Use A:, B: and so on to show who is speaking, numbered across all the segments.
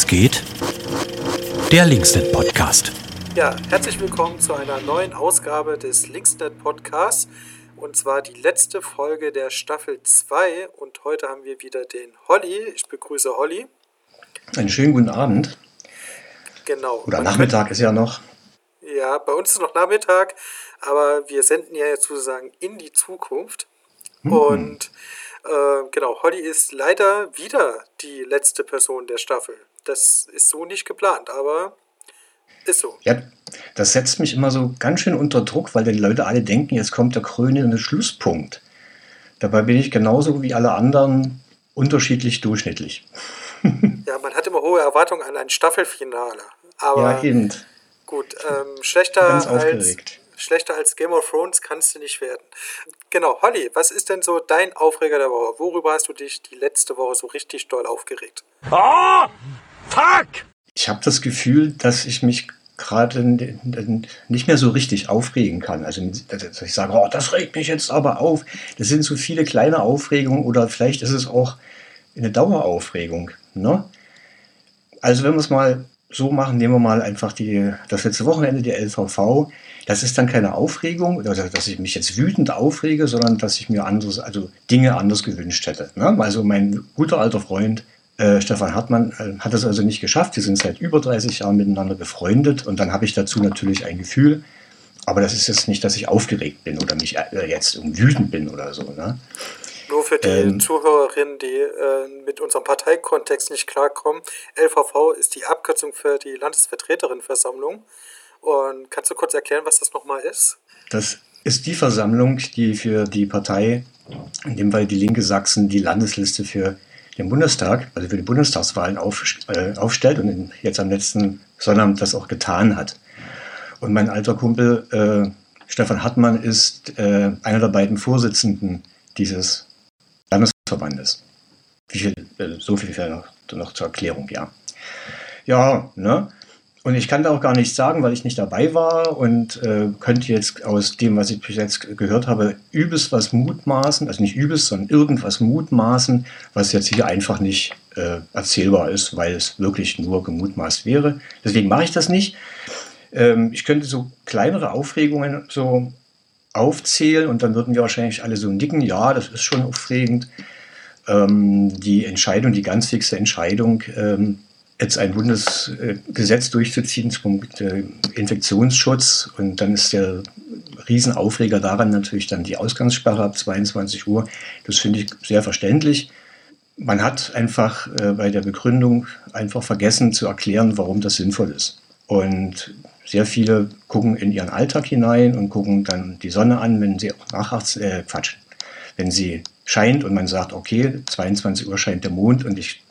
A: Was geht? Der Linksnet Podcast.
B: Ja, herzlich willkommen zu einer neuen Ausgabe des Linksnet Podcasts. Und zwar die letzte Folge der Staffel 2. Und heute haben wir wieder den Holly. Ich begrüße Holly.
C: Einen schönen guten Abend.
B: Genau.
C: Oder Nachmittag ist ja noch.
B: Ja, bei uns ist noch Nachmittag, aber wir senden ja jetzt sozusagen in die Zukunft. Und genau, Holly ist leider wieder die letzte Person der Staffel. Das ist so nicht geplant, aber ist so.
C: Ja, das setzt mich immer so ganz schön unter Druck, weil die Leute alle denken, jetzt kommt der krönende Schlusspunkt. Dabei bin ich genauso wie alle anderen unterschiedlich durchschnittlich.
B: Ja, man hat immer hohe Erwartungen an ein Staffelfinale. Aber
C: ja, eben.
B: Gut, schlechter
C: aufgeregt.
B: Als Game of Thrones kannst du nicht werden. Genau, Holly, was ist denn so dein Aufreger der Woche? Worüber hast du dich die letzte Woche so richtig doll aufgeregt?
A: Oh, fuck!
C: Ich habe das Gefühl, dass ich mich gerade nicht mehr so richtig aufregen kann. Also dass ich sage, oh, das regt mich jetzt aber auf. Das sind so viele kleine Aufregungen oder vielleicht ist es auch eine Daueraufregung. Ne? Also wenn wir es mal so machen, nehmen wir mal einfach das letzte Wochenende der LVV. Das ist dann keine Aufregung, oder dass ich mich jetzt wütend aufrege, sondern dass ich mir Dinge anders gewünscht hätte. Ne? Also mein guter alter Freund Stefan Hartmann hat es also nicht geschafft. Wir sind seit über 30 Jahren miteinander befreundet und dann habe ich dazu natürlich ein Gefühl. Aber das ist jetzt nicht, dass ich aufgeregt bin oder mich jetzt wütend bin oder so. Ne?
B: Nur für die Zuhörerinnen, die mit unserem Parteikontext nicht klarkommen. LVV ist die Abkürzung für die Landesvertreterinnenversammlung. Und kannst du kurz erklären, was das nochmal ist?
C: Das ist die Versammlung, die für die Partei, in dem Fall die Linke Sachsen, die Landesliste für den Bundestag, also für die Bundestagswahlen aufstellt und jetzt am letzten Sonnabend das auch getan hat. Und mein alter Kumpel Stefan Hartmann ist einer der beiden Vorsitzenden dieses Landesverbandes. So viel noch zur Erklärung, ja. Ja, ne? Und ich kann da auch gar nichts sagen, weil ich nicht dabei war und könnte jetzt aus dem, was ich bis jetzt gehört habe, übelst was mutmaßen, also nicht übelst, sondern irgendwas mutmaßen, was jetzt hier einfach nicht erzählbar ist, weil es wirklich nur gemutmaßt wäre. Deswegen mache ich das nicht. Ich könnte so kleinere Aufregungen so aufzählen und dann würden wir wahrscheinlich alle so nicken, ja, das ist schon aufregend. Die Entscheidung, die ganz fixe Entscheidung, jetzt ein Bundesgesetz durchzuziehen zum Infektionsschutz und dann ist der Riesenaufreger daran natürlich dann die Ausgangssperre ab 22 Uhr. Das finde ich sehr verständlich. Man hat einfach bei der Begründung einfach vergessen zu erklären, warum das sinnvoll ist. Und sehr viele gucken in ihren Alltag hinein und gucken dann die Sonne an, wenn sie wenn sie scheint und man sagt, okay, 22 Uhr scheint der Mond und ich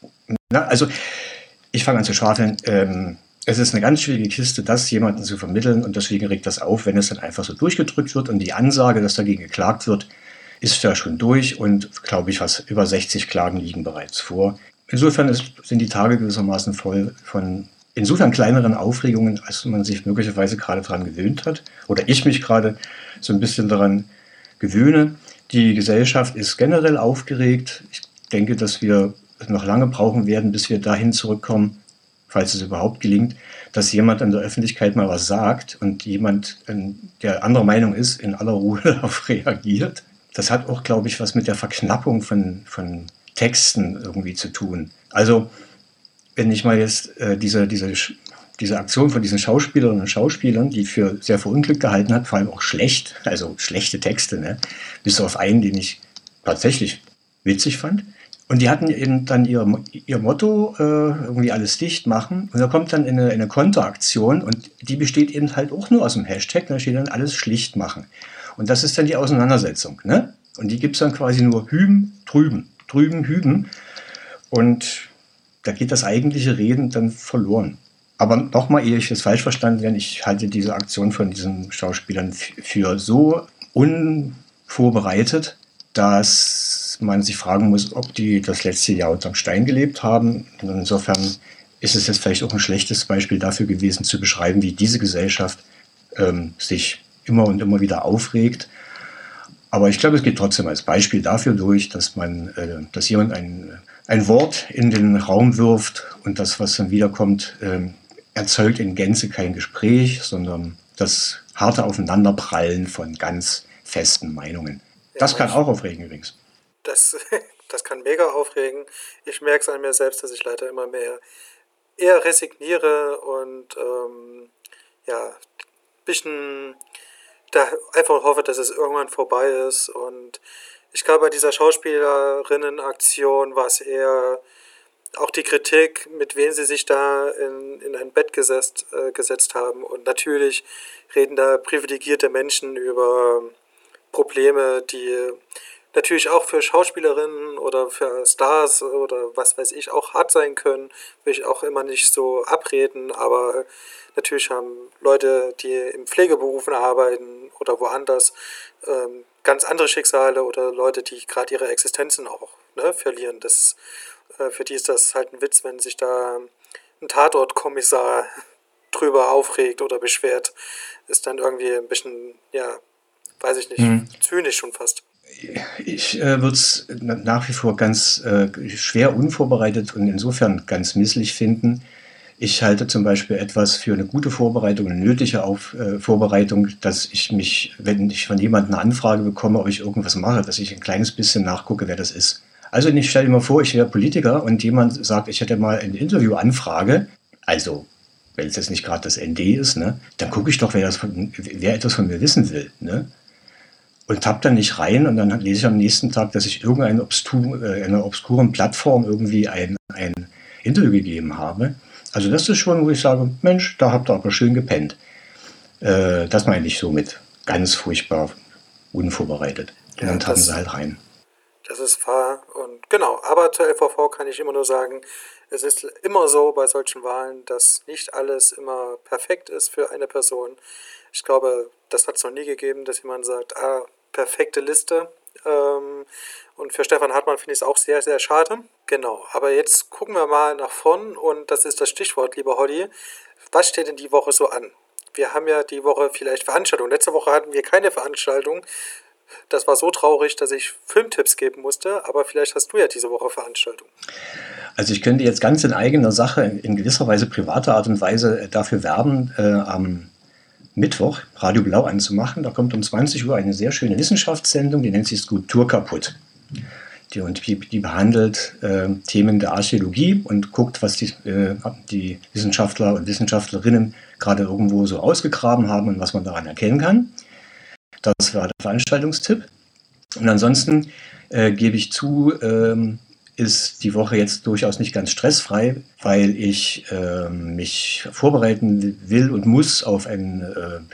C: fange an zu schwafeln. Es ist eine ganz schwierige Kiste, das jemandem zu vermitteln und deswegen regt das auf, wenn es dann einfach so durchgedrückt wird und die Ansage, dass dagegen geklagt wird, ist ja schon durch und glaube ich, was über 60 Klagen liegen bereits vor. Insofern sind die Tage gewissermaßen voll von insofern kleineren Aufregungen, als man sich möglicherweise gerade daran gewöhnt hat oder ich mich gerade so ein bisschen daran gewöhne. Die Gesellschaft ist generell aufgeregt. Ich denke, dass wir noch lange brauchen werden, bis wir dahin zurückkommen, falls es überhaupt gelingt, dass jemand in der Öffentlichkeit mal was sagt und jemand, der anderer Meinung ist, in aller Ruhe darauf reagiert. Das hat auch, glaube ich, was mit der Verknappung von Texten irgendwie zu tun. Also, wenn ich mal jetzt diese Aktion von diesen Schauspielerinnen und Schauspielern, die für sehr verunglückt gehalten hat, vor allem auch schlechte Texte, ne? Bis auf einen, den ich tatsächlich witzig fand. Und die hatten eben dann ihr Motto, irgendwie alles dicht machen. Und da kommt dann eine Konteraktion und die besteht eben halt auch nur aus dem Hashtag. Da steht dann alles schlicht machen. Und das ist dann die Auseinandersetzung. Ne? Und die gibt es dann quasi nur hüben, drüben, hüben. Und da geht das eigentliche Reden dann verloren. Aber nochmal, ehe ich das falsch verstanden werde, ich halte diese Aktion von diesen Schauspielern für so unvorbereitet, dass man sich fragen muss, ob die das letzte Jahr unterm Stein gelebt haben. Und insofern ist es jetzt vielleicht auch ein schlechtes Beispiel dafür gewesen, zu beschreiben, wie diese Gesellschaft sich immer und immer wieder aufregt. Aber ich glaube, es geht trotzdem als Beispiel dafür durch, dass jemand ein ein Wort in den Raum wirft und das, was dann wiederkommt, erzeugt in Gänze kein Gespräch, sondern das harte Aufeinanderprallen von ganz festen Meinungen.
B: Ja,
C: Das kann auch aufregen übrigens.
B: Das kann mega aufregen. Ich merke es an mir selbst, dass ich leider immer mehr eher resigniere und ein bisschen da einfach hoffe, dass es irgendwann vorbei ist. Und ich glaube, bei dieser Schauspielerinnen-Aktion war es eher auch die Kritik, mit wem sie sich da in ein Bett gesetzt haben. Und natürlich reden da privilegierte Menschen über Probleme, die natürlich auch für Schauspielerinnen oder für Stars oder was weiß ich auch hart sein können, will ich auch immer nicht so abreden, aber natürlich haben Leute, die in Pflegeberufen arbeiten oder woanders, ganz andere Schicksale oder Leute, die gerade ihre Existenzen auch verlieren. Für die ist das halt ein Witz, wenn sich da ein Tatortkommissar drüber aufregt oder beschwert. Ist dann irgendwie ein bisschen, weiß ich nicht, zynisch schon fast.
C: Ich würde es nach wie vor ganz schwer unvorbereitet und insofern ganz misslich finden. Ich halte zum Beispiel etwas für eine gute Vorbereitung, eine nötige Vorbereitung, dass ich mich, wenn ich von jemandem eine Anfrage bekomme, ob ich irgendwas mache, dass ich ein kleines bisschen nachgucke, wer das ist. Also ich stelle mir vor, ich wäre Politiker und jemand sagt, ich hätte mal eine Interviewanfrage, also wenn es jetzt nicht gerade das ND ist, ne, dann gucke ich doch, wer etwas von mir wissen will, ne? Und tapp dann nicht rein und dann lese ich am nächsten Tag, dass ich einer obskuren Plattform irgendwie ein Interview gegeben habe. Also das ist schon, wo ich sage, Mensch, da habt ihr aber schön gepennt. Das meine ich so mit ganz furchtbar unvorbereitet. Und dann tappen sie halt rein.
B: Das ist wahr und genau, aber zur LVV kann ich immer nur sagen, es ist immer so bei solchen Wahlen, dass nicht alles immer perfekt ist für eine Person. Ich glaube, das hat es noch nie gegeben, dass jemand sagt, perfekte Liste. Und für Stefan Hartmann finde ich es auch sehr, sehr schade. Genau, aber jetzt gucken wir mal nach vorn und das ist das Stichwort, lieber Holly. Was steht denn die Woche so an? Wir haben ja die Woche vielleicht Veranstaltungen. Letzte Woche hatten wir keine Veranstaltung. Das war so traurig, dass ich Filmtipps geben musste, aber vielleicht hast du ja diese Woche Veranstaltung.
C: Also ich könnte jetzt ganz in eigener Sache, in gewisser Weise privater Art und Weise dafür werben, am Mittwoch Radio Blau anzumachen. Da kommt um 20 Uhr eine sehr schöne Wissenschaftssendung, die nennt sich Skulptur kaputt. Die behandelt Themen der Archäologie und guckt, was die Wissenschaftler und Wissenschaftlerinnen gerade irgendwo so ausgegraben haben und was man daran erkennen kann. Das war der Veranstaltungstipp. Und ansonsten gebe ich zu, ist die Woche jetzt durchaus nicht ganz stressfrei, weil ich mich vorbereiten will und muss auf ein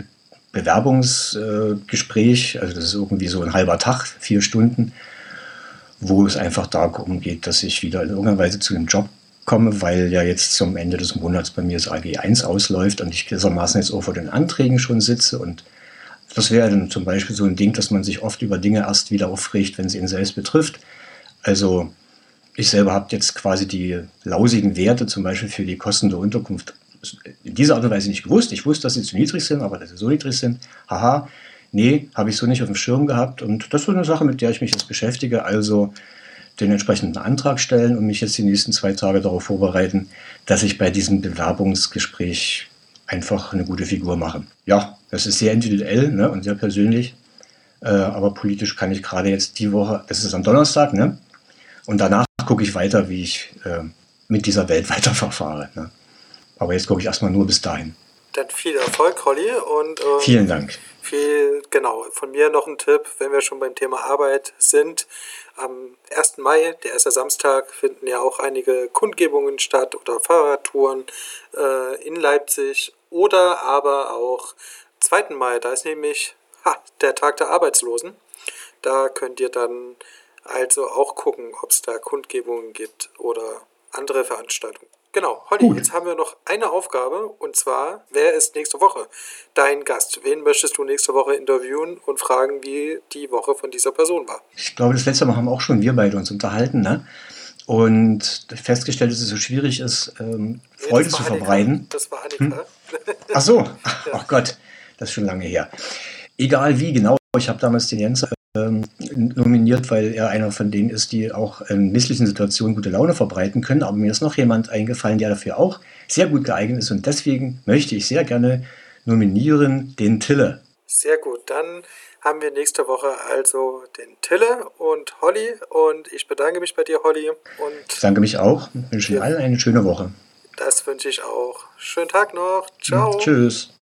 C: Bewerbungsgespräch. Also das ist irgendwie so ein halber Tag, 4 Stunden, wo es einfach darum geht, dass ich wieder in irgendeiner Weise zu dem Job komme, weil ja jetzt zum Ende des Monats bei mir das AG 1 ausläuft und ich gewissermaßen jetzt auch vor den Anträgen schon sitze. Und das wäre dann zum Beispiel so ein Ding, dass man sich oft über Dinge erst wieder aufregt, wenn es ihn selbst betrifft. Also ich selber habe jetzt quasi die lausigen Werte zum Beispiel für die Kosten der Unterkunft in dieser Art und Weise nicht gewusst. Ich wusste, dass sie zu niedrig sind, aber dass sie so niedrig sind, haha, nee, habe ich so nicht auf dem Schirm gehabt. Und das ist so eine Sache, mit der ich mich jetzt beschäftige. Also den entsprechenden Antrag stellen und mich jetzt die nächsten 2 Tage darauf vorbereiten, dass ich bei diesem Bewerbungsgespräch einfach eine gute Figur mache. Ja, das ist sehr individuell, ne, und sehr persönlich, aber politisch kann ich gerade jetzt die Woche, das ist am Donnerstag, ne, und danach gucke ich weiter, wie ich mit dieser Welt weiterverfahre. Ne. Aber jetzt gucke ich erstmal nur bis dahin.
B: Dann viel Erfolg, Holly. Und,
C: vielen Dank.
B: Genau, von mir noch ein Tipp, wenn wir schon beim Thema Arbeit sind. Am 1. Mai, der erste Samstag, finden ja auch einige Kundgebungen statt oder Fahrradtouren in Leipzig. Oder aber auch 2. Mai, da ist nämlich der Tag der Arbeitslosen. Da könnt ihr dann also auch gucken, ob es da Kundgebungen gibt oder andere Veranstaltungen. Genau, Holly, jetzt haben wir noch eine Aufgabe und zwar, wer ist nächste Woche dein Gast? Wen möchtest du nächste Woche interviewen und fragen, wie die Woche von dieser Person war?
C: Ich glaube, das letzte Mal haben auch schon wir beide uns unterhalten, ne? Und festgestellt, dass es so schwierig ist, Freude zu verbreiten.
B: Das war Annika.
C: Ach so, ach Gott, das ist schon lange her. Egal wie, genau, ich habe damals den Jens nominiert, weil er einer von denen ist, die auch in misslichen Situationen gute Laune verbreiten können. Aber mir ist noch jemand eingefallen, der dafür auch sehr gut geeignet ist. Und deswegen möchte ich sehr gerne nominieren den Tille.
B: Sehr gut, dann haben wir nächste Woche also den Tille und Holly. Und ich bedanke mich bei dir, Holly. Und
C: ich danke mich auch. Ich wünsche Ihnen allen eine schöne Woche.
B: Das wünsche ich auch. Schönen Tag noch. Ciao.
C: Tschüss.